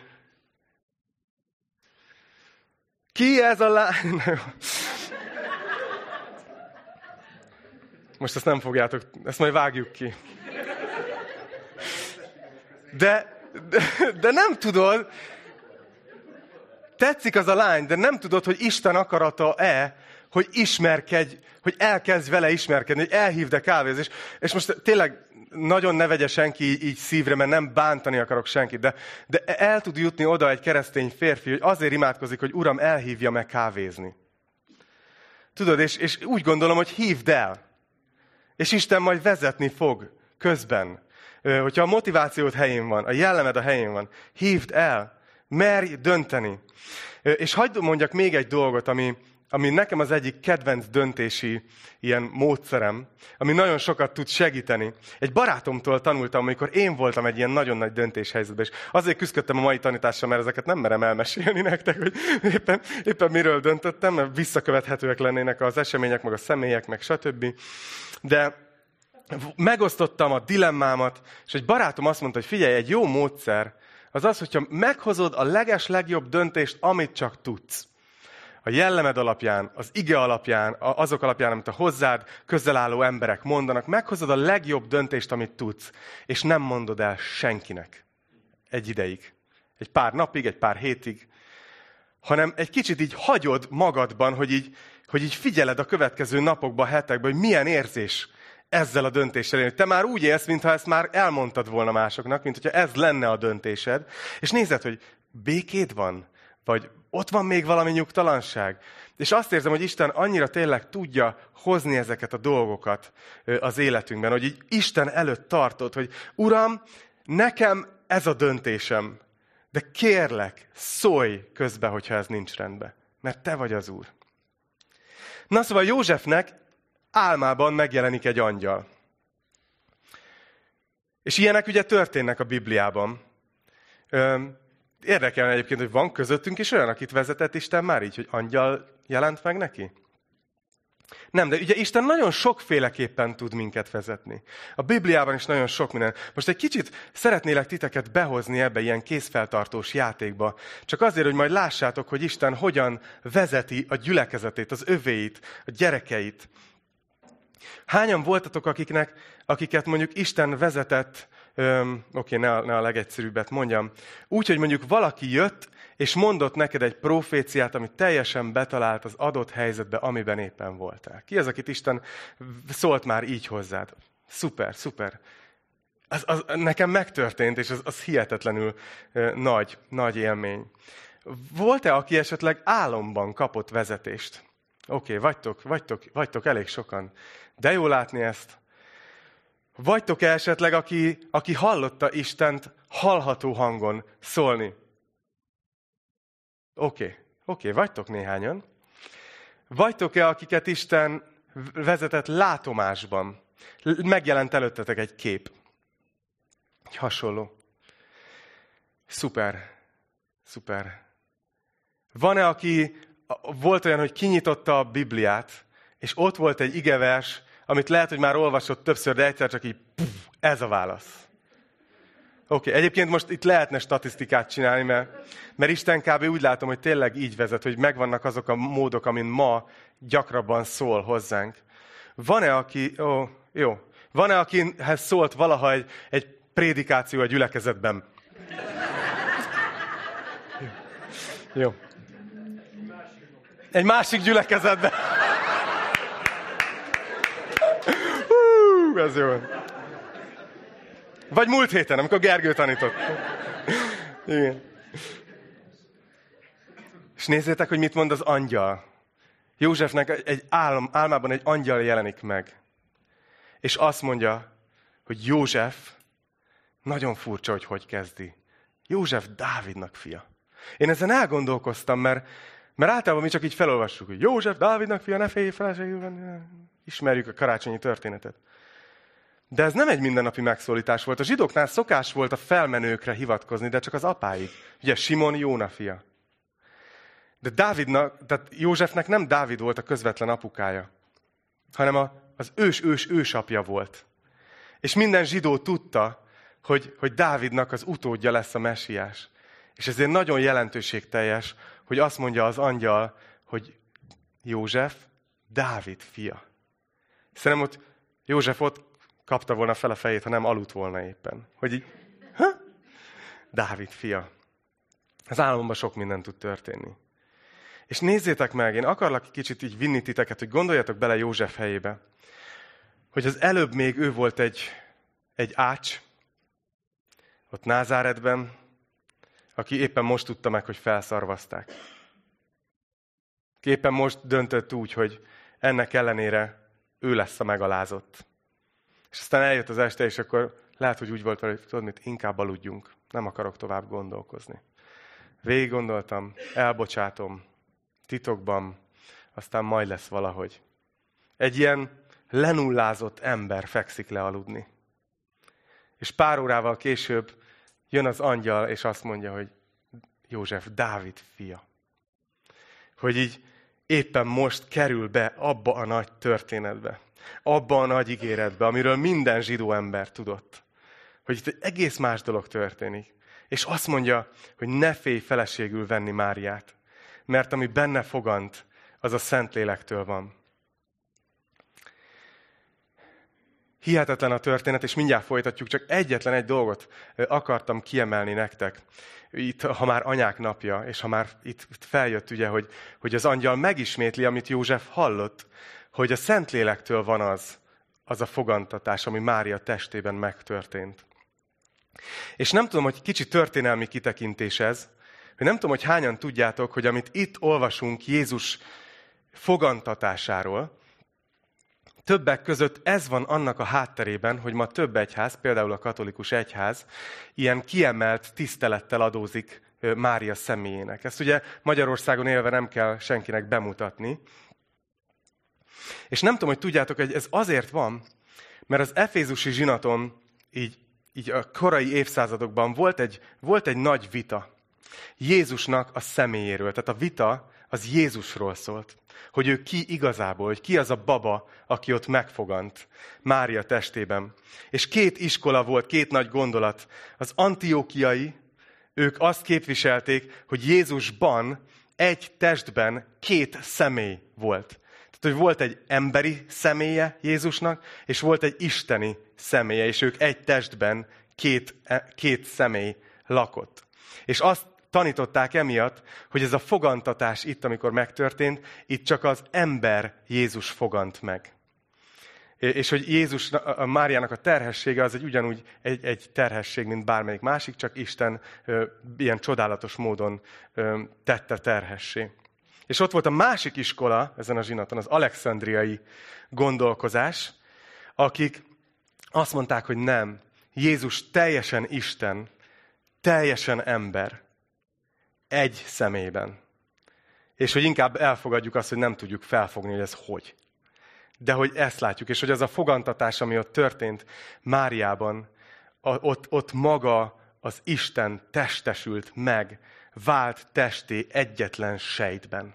Ki ez a lány? Most ezt nem fogjátok, ezt majd vágjuk ki. De nem tudod, tetszik az a lány, de nem tudod, hogy Isten akarata-e, hogy ismerkedj, hogy elkezd vele ismerkedni, hogy elhívd-e kávézni. És most tényleg nagyon ne vegye senki így szívre, mert nem bántani akarok senkit, de el tud jutni oda egy keresztény férfi, hogy azért imádkozik, hogy Uram, elhívja meg kávézni. Tudod, és úgy gondolom, hogy hívd el. És Isten majd vezetni fog közben. Hogyha a motivációd helyén van, a jellemed a helyén van, hívd el, merj dönteni. És hagyd mondjak még egy dolgot, ami nekem az egyik kedvenc döntési ilyen módszerem, ami nagyon sokat tud segíteni. Egy barátomtól tanultam, amikor én voltam egy ilyen nagyon nagy döntéshelyzetben, és azért küzdöttem a mai tanítással, mert ezeket nem merem elmesélni nektek, hogy éppen miről döntöttem, mert visszakövethetőek lennének az események, meg a személyek, meg stb. De megosztottam a dilemmámat, és egy barátom azt mondta, hogy figyelj, egy jó módszer az az, hogyha meghozod a legjobb döntést, amit csak tudsz. a jellemed alapján, az ige alapján, azok alapján, amit a hozzád közel álló emberek mondanak, meghozod a legjobb döntést, amit tudsz, és nem mondod el senkinek egy ideig. Egy pár napig, egy pár hétig, hanem egy kicsit így hagyod magadban, hogy így figyeled a következő napokban, hetekben, hogy milyen érzés ezzel a döntéssel élni. Te már úgy élsz, mintha ezt már elmondtad volna másoknak, mint hogyha ez lenne a döntésed, és nézed, hogy békéd van, vagy ott van még valami nyugtalanság. És azt érzem, hogy Isten annyira tényleg tudja hozni ezeket a dolgokat az életünkben, hogy így Isten előtt tartod, hogy Uram, nekem ez a döntésem, de kérlek, szólj közbe, hogyha ez nincs rendben, mert te vagy az Úr. Na szóval Józsefnek álmában megjelenik egy angyal. És ilyenek ugye történnek a Bibliában. Érdekelne egyébként, hogy van közöttünk is olyan, akit vezetett Isten már így, hogy angyal jelent meg neki? Nem, de ugye Isten nagyon sokféleképpen tud minket vezetni. A Bibliában is nagyon sok minden. Most egy kicsit szeretnélek titeket behozni ebbe ilyen kézfeltartós játékba. Csak azért, hogy majd lássátok, hogy Isten hogyan vezeti a gyülekezetét, az övéit, a gyerekeit. Hányan voltatok, akiket mondjuk Isten vezetett, ne a legegyszerűbbet mondjam, úgy, hogy mondjuk valaki jött, és mondott neked egy proféciát, ami teljesen betalált az adott helyzetbe, amiben éppen voltál. Ki az, akit Isten szólt már így hozzád? Szuper, szuper. Az nekem megtörtént, és az hihetetlenül nagy élmény. Volt-e, aki esetleg álomban kapott vezetést? Oké, vagytok elég sokan. De jó látni ezt. Vagytok-e esetleg, aki hallotta Istent hallható hangon szólni? Oké, vagytok néhányan. Vagytok-e, akiket Isten vezetett látomásban? Megjelent előttetek egy kép. Egy hasonló. Szuper. Van-e, volt olyan, hogy kinyitotta a Bibliát, és ott volt egy igevers, amit lehet, hogy már olvasott többször, de egyszer csak így, ez a válasz. Egyébként most itt lehetne statisztikát csinálni, mert Isten kb. Úgy látom, hogy tényleg így vezet, hogy megvannak azok a módok, amin ma gyakrabban szól hozzánk. Van-e, akihez szólt valaha egy prédikáció a gyülekezetben? Jó. Egy másik gyülekezetben. Ez jó. Vagy múlt héten, amikor Gergő tanított. Igen. És nézzétek, hogy mit mond az angyal. Józsefnek egy álmában egy angyal jelenik meg. És azt mondja, hogy József, nagyon furcsa, hogy kezdi. József Dávidnak fia. Én ezen elgondolkoztam, mert általában mi csak így felolvassuk, hogy József Dávidnak fia, ne félj feleségül. Ismerjük a karácsonyi történetet. De ez nem egy mindennapi megszólítás volt. A zsidóknál szokás volt a felmenőkre hivatkozni, de csak az apáig. Ugye Simon Jóna fia. De tehát Józsefnek nem Dávid volt a közvetlen apukája, hanem az ősapja volt. És minden zsidó tudta, hogy Dávidnak az utódja lesz a messiás. És ezért nagyon jelentőségteljes, hogy azt mondja az angyal, hogy József Dávid fia. Szerintem ott József ott kapta volna fel a fejét, ha nem aludt volna éppen. Hogy így, Dávid fia. Az álomban sok minden tud történni. És nézzétek meg, én akarlak kicsit így vinni titeket, hogy gondoljatok bele József helyébe, hogy az előbb még ő volt egy ács, ott Názáretben, aki éppen most tudta meg, hogy felszarvazták. Ki éppen most döntött úgy, hogy ennek ellenére ő lesz a megalázott. És aztán eljött az este, és akkor lehet, hogy úgy volt vele, hogy tudod mit, inkább aludjunk. Nem akarok tovább gondolkozni. Végig gondoltam, elbocsátom, titokban, aztán majd lesz valahogy. Egy ilyen lenullázott ember fekszik le aludni. És pár órával később jön az angyal, és azt mondja, hogy József, Dávid fia. Hogy így éppen most kerül be abba a nagy történetbe, abba a nagy ígéretbe, amiről minden zsidó ember tudott. Hogy itt egy egész más dolog történik. És azt mondja, hogy ne félj feleségül venni Máriát. mert ami benne fogant, az a Szentlélektől van. Hihetetlen a történet, és mindjárt folytatjuk, csak egyetlen egy dolgot akartam kiemelni nektek. Itt, ha már anyák napja, és ha már itt feljött ugye, hogy az angyal megismétli, amit József hallott, hogy a Szentlélektől van az a fogantatás, ami Mária testében megtörtént. És nem tudom, hogy kicsi történelmi kitekintés ez, hogy nem tudom, hogy hányan tudjátok, hogy amit itt olvasunk Jézus fogantatásáról, többek között ez van annak a hátterében, hogy ma több egyház, például a katolikus egyház, ilyen kiemelt tisztelettel adózik Mária személyének. Ezt ugye Magyarországon élve nem kell senkinek bemutatni. És nem tudom, hogy tudjátok, hogy ez azért van, mert az efézusi zsinaton így a korai évszázadokban volt egy nagy vita Jézusnak a személyéről. Tehát a vita az Jézusról szólt. Hogy ő ki igazából, hogy ki az a baba, aki ott megfogant Mária testében. És két iskola volt, két nagy gondolat. Az antiókiai, ők azt képviselték, hogy Jézusban egy testben két személy volt. Tehát, hogy volt egy emberi személye Jézusnak, és volt egy isteni személye, és ők egy testben két személy lakott. És azt tanították emiatt, hogy ez a fogantatás itt, amikor megtörtént, itt csak az ember Jézus fogant meg. És hogy Jézus, a Máriának a terhessége az ugyanúgy egy terhesség, mint bármelyik másik, csak Isten ilyen csodálatos módon tette terhessé. És ott volt a másik iskola ezen a zsinaton, az alexandriai gondolkozás, akik azt mondták, hogy nem, Jézus teljesen Isten, teljesen ember, egy személyben. És hogy inkább elfogadjuk azt, hogy nem tudjuk felfogni, hogy ez hogy. De hogy ezt látjuk, és hogy az a fogantatás, ami ott történt Máriában, ott maga az Isten testesült meg, vált testé egyetlen sejtben.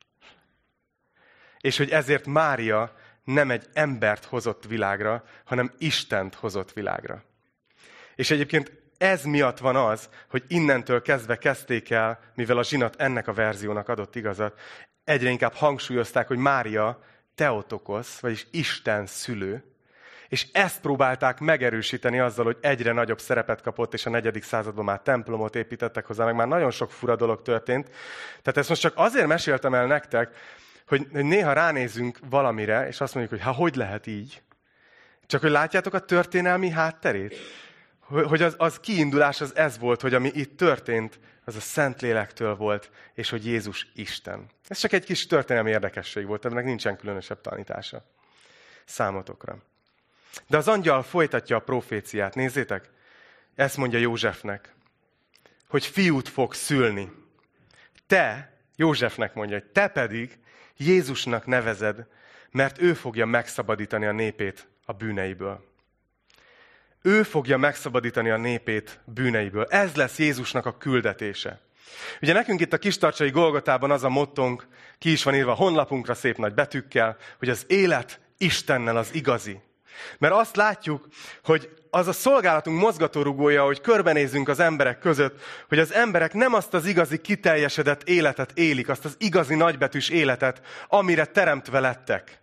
És hogy ezért Mária nem egy embert hozott világra, hanem Istent hozott világra. És egyébként ez miatt van az, hogy innentől kezdve kezdték el, mivel a zsinat ennek a verziónak adott igazat, egyre inkább hangsúlyozták, hogy Mária Theotokosz, vagyis Isten szülő, és ezt próbálták megerősíteni azzal, hogy egyre nagyobb szerepet kapott, és a 4. században már templomot építettek hozzá, meg már nagyon sok fura dolog történt. Tehát ezt most csak azért meséltem el nektek, hogy néha ránézünk valamire, és azt mondjuk, hogy hogy lehet így? Csak hogy látjátok a történelmi hátterét? Hogy az kiindulás az ez volt, hogy ami itt történt, az a Szentlélektől volt, és hogy Jézus Isten. Ez csak egy kis történelmi érdekesség volt, ennek nincsen különösebb tanítása számotokra. De az angyal folytatja a proféciát, nézzétek, ezt mondja Józsefnek, hogy fiút fog szülni. Te, Józsefnek mondja, hogy te pedig Jézusnak nevezed, mert ő fogja megszabadítani a népét a bűneiből. Ő fogja megszabadítani a népét bűneiből. Ez lesz Jézusnak a küldetése. Ugye nekünk itt a Kistarcsai Golgotában az a mottónk, ki is van írva a honlapunkra szép nagy betűkkel, hogy az élet Istennel az igazi. Mert azt látjuk, hogy az a szolgálatunk mozgatórugója, hogy körbenézzünk az emberek között, hogy az emberek nem azt az igazi kiteljesedett életet élik, azt az igazi nagybetűs életet, amire teremtve lettek.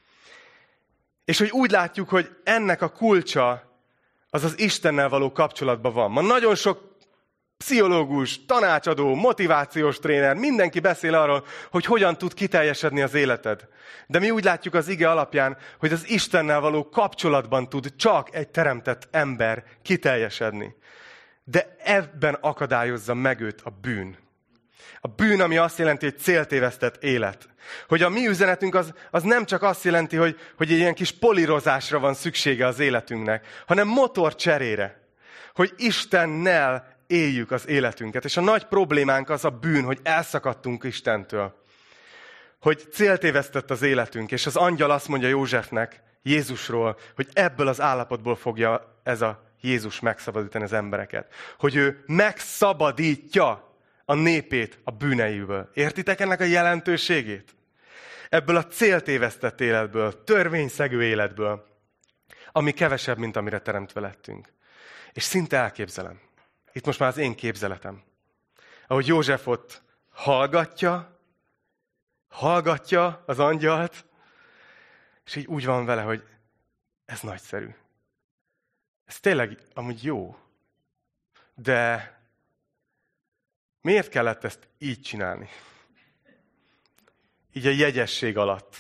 És hogy úgy látjuk, hogy ennek a kulcsa az az Istennel való kapcsolatban van. Ma nagyon sok pszichológus, tanácsadó, motivációs tréner, mindenki beszél arról, hogy hogyan tud kiteljesedni az életed. De mi úgy látjuk az ige alapján, hogy az Istennel való kapcsolatban tud csak egy teremtett ember kiteljesedni. De ebben akadályozza meg őt a bűn. A bűn, ami azt jelenti, hogy céltévesztett élet. Hogy a mi üzenetünk az nem csak azt jelenti, hogy egy ilyen kis polírozásra van szüksége az életünknek, hanem motorcserére. Hogy Istennel éljük az életünket. És a nagy problémánk az a bűn, hogy elszakadtunk Istentől. Hogy céltévesztett az életünk. És az angyal azt mondja Józsefnek, Jézusról, hogy ebből az állapotból fogja ez a Jézus megszabadítani az embereket. Hogy ő megszabadítja a népét a bűneiből. Értitek ennek a jelentőségét? Ebből a céltévesztett életből, törvényszegő életből, ami kevesebb, mint amire teremtve lettünk. És szinte elképzelem. Itt most már az én képzeletem. Ahogy József ott hallgatja az angyalt, és így úgy van vele, hogy ez nagyszerű. Ez tényleg amúgy jó. De miért kellett ezt így csinálni? Így a jegyesség alatt.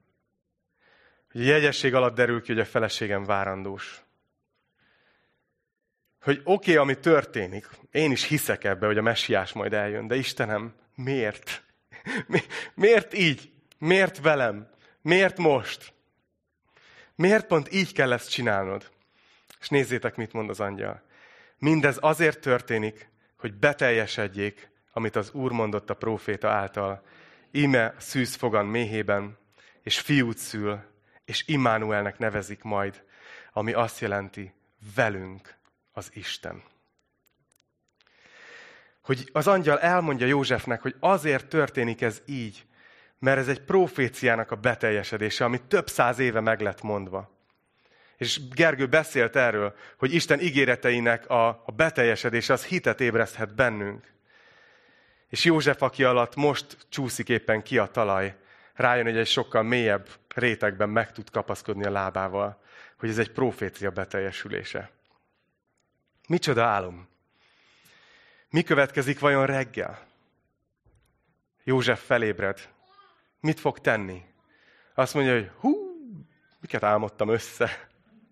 A jegyesség alatt derül ki, hogy a feleségem várandós. Hogy oké, ami történik, én is hiszek ebbe, hogy a messiás majd eljön, de Istenem, miért? Miért így? Miért velem? Miért most? Miért pont így kell ezt csinálnod? És nézzétek, mit mond az angyal. Mindez azért történik, hogy beteljesedjék, amit az Úr mondott a próféta által. Íme szűz fogan méhében, és fiút szül, és Immanuelnek nevezik majd, ami azt jelenti, velünk az Isten. Hogy az angyal elmondja Józsefnek, hogy azért történik ez így, mert ez egy proféciának a beteljesedése, ami több száz éve meg lett mondva. És Gergő beszélt erről, hogy Isten ígéreteinek a beteljesedése az hitet ébreszthet bennünk. És József, aki alatt most csúszik éppen ki a talaj, rájön, hogy egy sokkal mélyebb rétegben meg tud kapaszkodni a lábával, hogy ez egy profécia beteljesülése. Micsoda álom! Mi következik vajon reggel? József felébred. Mit fog tenni? Azt mondja, hogy miket álmodtam össze.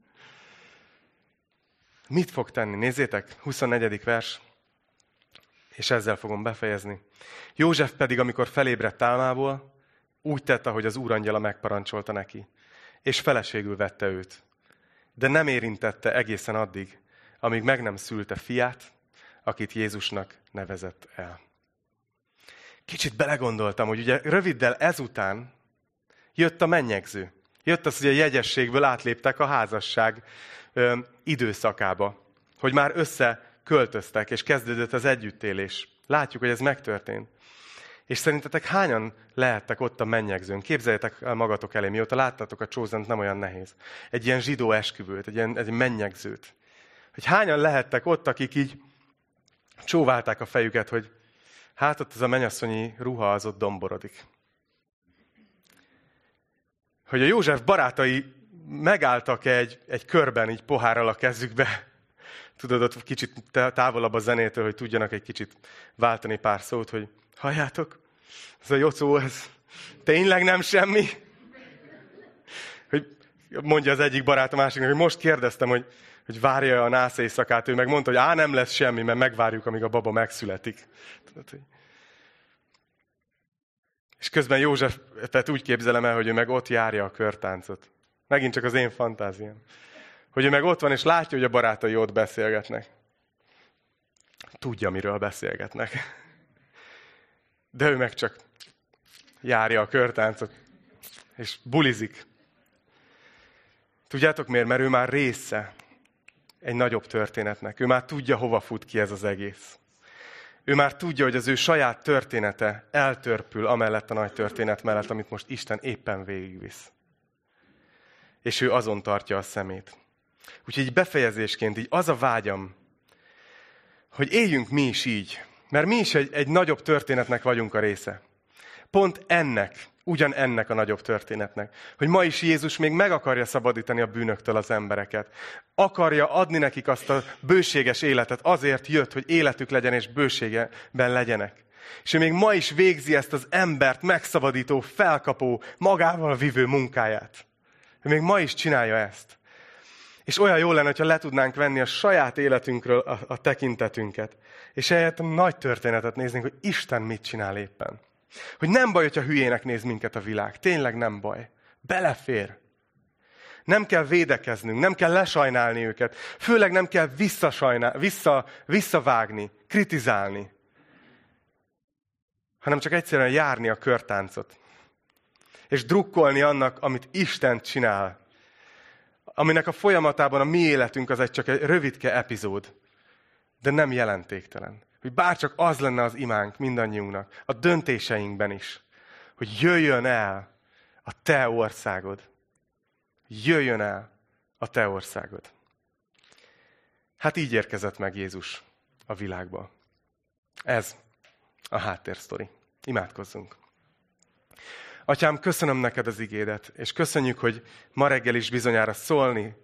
Mit fog tenni? Nézzétek, 24. vers, és ezzel fogom befejezni. József pedig, amikor felébredt álmából, úgy tett, ahogy az úrangyala megparancsolta neki, és feleségül vette őt. De nem érintette egészen addig, amíg meg nem szülte fiát, akit Jézusnak nevezett el. Kicsit belegondoltam, hogy ugye röviddel ezután jött a mennyegző. Jött az, hogy a jegyességből átléptek a házasság időszakába. Hogy már összeköltöztek, és kezdődött az együttélés. Látjuk, hogy ez megtörtént. És szerintetek hányan lehettek ott a mennyegzőn? Képzeljétek el magatok elé, mióta láttatok a Chosen-t, nem olyan nehéz. Egy ilyen zsidó esküvőt, egy mennyegzőt. Hogy hányan lehettek ott, akik így csóválták a fejüket, hogy hát ott az a mennyasszonyi ruha az ott domborodik. Hogy a József barátai megálltak egy körben, így pohárral a kezükbe. Tudod, ott kicsit távolabb a zenétől, hogy tudjanak egy kicsit váltani pár szót, hogy halljátok, ez a jocó, ez tényleg nem semmi? Hogy mondja az egyik barát a másiknak, hogy most kérdeztem, hogy várja a nász éjszakát, ő meg mondta, hogy nem lesz semmi, mert megvárjuk, amíg a baba megszületik. Tudod, hogy... És közben Józsefet úgy képzelem el, hogy ő meg ott járja a körtáncot. Megint csak az én fantáziám. Hogy ő meg ott van, és látja, hogy a barátai ott beszélgetnek. Tudja, miről beszélgetnek. De ő meg csak járja a körtáncot, és bulizik. Tudjátok miért? Mert ő már része egy nagyobb történetnek. Ő már tudja, hova fut ki ez az egész. Ő már tudja, hogy az ő saját története eltörpül amellett a nagy történet mellett, amit most Isten éppen végigvisz. És ő azon tartja a szemét. Úgyhogy így befejezésként így az a vágyam, hogy éljünk mi is így. Mert mi is egy nagyobb történetnek vagyunk a része. Pont ugyanennek a nagyobb történetnek. Hogy ma is Jézus még meg akarja szabadítani a bűnöktől az embereket. Akarja adni nekik azt a bőséges életet. Azért jött, hogy életük legyen és bőségeben legyenek. És ő még ma is végzi ezt az embert megszabadító, felkapó, magával vívő munkáját. Ő még ma is csinálja ezt. És olyan jó lenne, ha le tudnánk venni a saját életünkről a tekintetünket. És ehelyett a nagy történetet néznénk, hogy Isten mit csinál éppen. Hogy nem baj, hogyha hülyének néz minket a világ. Tényleg nem baj. Belefér. Nem kell védekeznünk, nem kell lesajnálni őket. Főleg nem kell visszavágni, kritizálni. Hanem csak egyszerűen járni a körtáncot. És drukkolni annak, amit Isten csinál. Aminek a folyamatában a mi életünk az csak egy rövidke epizód. De nem jelentéktelen. Hogy bárcsak az lenne az imánk mindannyiunknak, a döntéseinkben is, hogy jöjjön el a te országod. Jöjjön el a te országod. Hát így érkezett meg Jézus a világba. Ez a háttérsztori. Imádkozzunk. Atyám, köszönöm neked az igédet, és köszönjük, hogy ma reggel is bizonyára szólni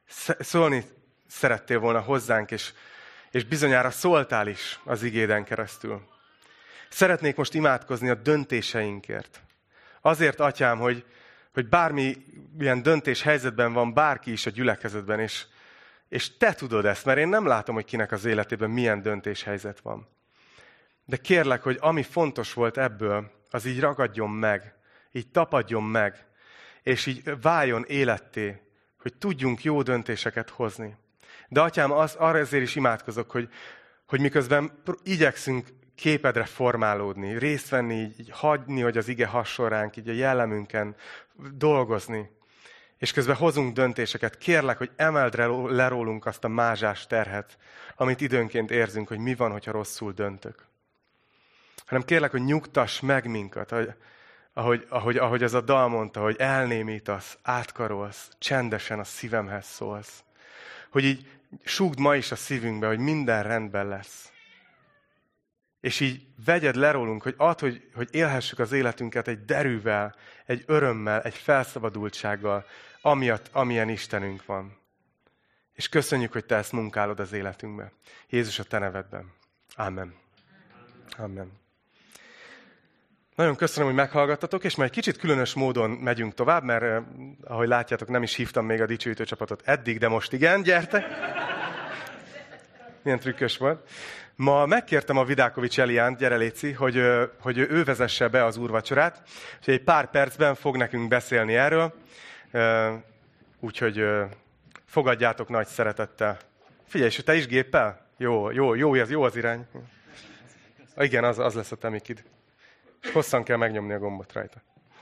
szerettél volna hozzánk, és bizonyára szóltál is az igéden keresztül. Szeretnék most imádkozni a döntéseinkért. Azért, Atyám, hogy bármi ilyen döntés helyzetben van bárki is a gyülekezetben, és te tudod ezt, mert én nem látom, hogy kinek az életében milyen döntéshelyzet van. De kérlek, hogy ami fontos volt ebből, az így ragadjon meg, így tapadjon meg, és így váljon életté, hogy tudjunk jó döntéseket hozni. De Atyám, arra ezért is imádkozok, hogy miközben igyekszünk képedre formálódni, részt venni, így hagyni, hogy az ige hasson ránk, így a jellemünken dolgozni, és közben hozunk döntéseket. Kérlek, hogy emeld le rólunk azt a mázsás terhet, amit időnként érzünk, hogy mi van, hogyha rosszul döntök. Hanem kérlek, hogy nyugtass meg minket, ahogy az a dal mondta, hogy elnémítasz, átkarolsz, csendesen a szívemhez szólsz. Hogy így súgd ma is a szívünkbe, hogy minden rendben lesz. És így vegyed le rólunk, hogy add, hogy élhessük az életünket egy derűvel, egy örömmel, egy felszabadultsággal, amiatt, amilyen Istenünk van. És köszönjük, hogy te ezt munkálod az életünkbe. Jézus, a te nevedben. Amen. Amen. Nagyon köszönöm, hogy meghallgattatok, és majd egy kicsit különös módon megyünk tovább, mert ahogy látjátok, nem is hívtam még a dicsőítő csapatot eddig, de most igen, gyertek! Milyen trükkös volt. Ma megkértem a Vidákovics Eliánt, gyere Léci, hogy ő vezesse be az úrvacsorát, és egy pár percben fog nekünk beszélni erről, úgyhogy fogadjátok nagy szeretettel. Figyelj, és te is géppel? Jó az irány. Igen, az lesz a te mikid. És hosszan kell megnyomni a gombot rajta.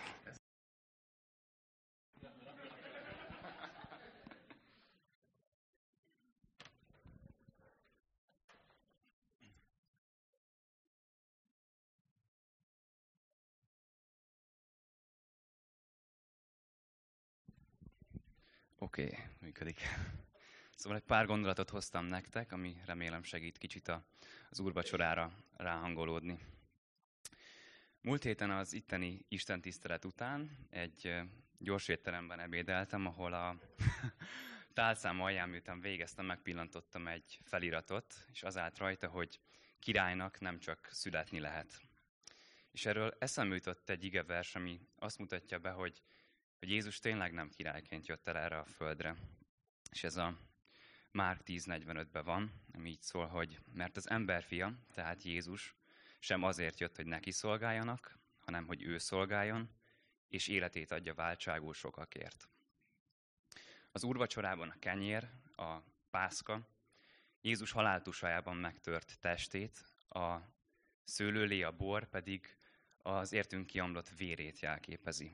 Oké, működik. Szóval egy pár gondolatot hoztam nektek, ami remélem segít kicsit az úrvacsorára ráhangolódni. Múlt héten az itteni istentisztelet után egy gyors étteremben ebédeltem, ahol a tálcám alján, miután végeztem, megpillantottam egy feliratot, és az állt rajta, hogy királynak nem csak születni lehet. És erről eszembe jutott egy igevers, ami azt mutatja be, hogy Jézus tényleg nem királyként jött el erre a földre. És ez a Márk 10.45-ben van, ami így szól, hogy mert az emberfia, tehát Jézus, sem azért jött, hogy neki szolgáljanak, hanem hogy ő szolgáljon, és életét adja váltságul sokakért. Az úrvacsorában a kenyér, a pászka, Jézus haláltusájában megtört testét, a szőlőlé, a bor pedig az értünk kiomlott vérét jelképezi.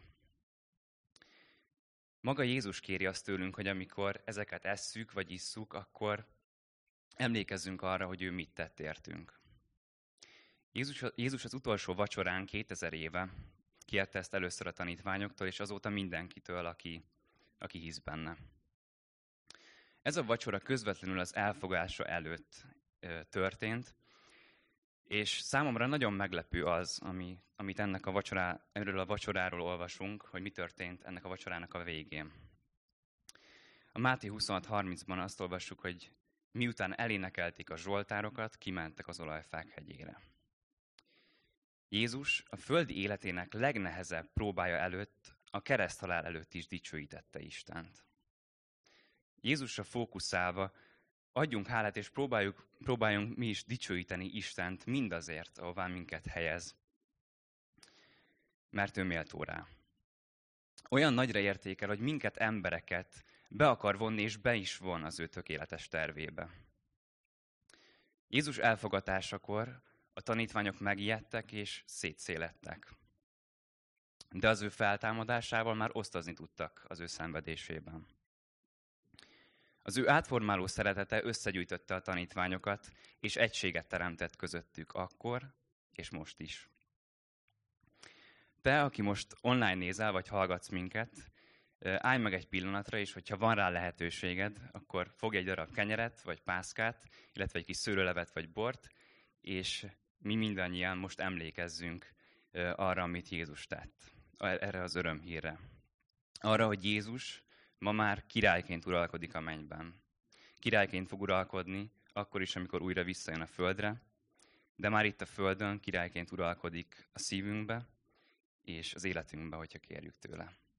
Maga Jézus kéri azt tőlünk, hogy amikor ezeket esszük vagy isszuk, akkor emlékezzünk arra, hogy ő mit tett értünk. Jézus az utolsó vacsorán 2000 éve kérte ezt először a tanítványoktól, és azóta mindenkitől, aki hisz benne. Ez a vacsora közvetlenül az elfogása előtt történt, és számomra nagyon meglepő az, amit erről a vacsoráról olvasunk, hogy mi történt ennek a vacsorának a végén. A Máté 26.30-ban azt olvassuk, hogy miután elénekelték a zsoltárokat, kimentek az olajfák hegyére. Jézus a földi életének legnehezebb próbája előtt, a kereszthalál előtt is dicsőítette Istent. Jézusra fókuszálva adjunk hálát, és próbáljunk mi is dicsőíteni Istent mindazért, ahová minket helyez, mert ő méltó rá. Olyan nagyra értékel, hogy minket, embereket be akar vonni, és be is von az ő tökéletes tervébe. Jézus elfogatásakor a tanítványok megijedtek és szétszélettek. De az ő feltámadásával már osztozni tudtak az ő szenvedésében. Az ő átformáló szeretete összegyűjtötte a tanítványokat, és egységet teremtett közöttük akkor, és most is. Te, aki most online nézel, vagy hallgatsz minket, állj meg egy pillanatra, és hogyha van rá lehetőséged, akkor fogj egy darab kenyeret, vagy pászkát, illetve egy kis szőlőlevet, vagy bort, és mi mindannyian most emlékezzünk arra, amit Jézus tett. Erre az örömhírre. Arra, hogy Jézus ma már királyként uralkodik a mennyben. Királyként fog uralkodni, akkor is, amikor újra visszajön a földre, de már itt a földön királyként uralkodik a szívünkbe, és az életünkbe, hogyha kérjük tőle.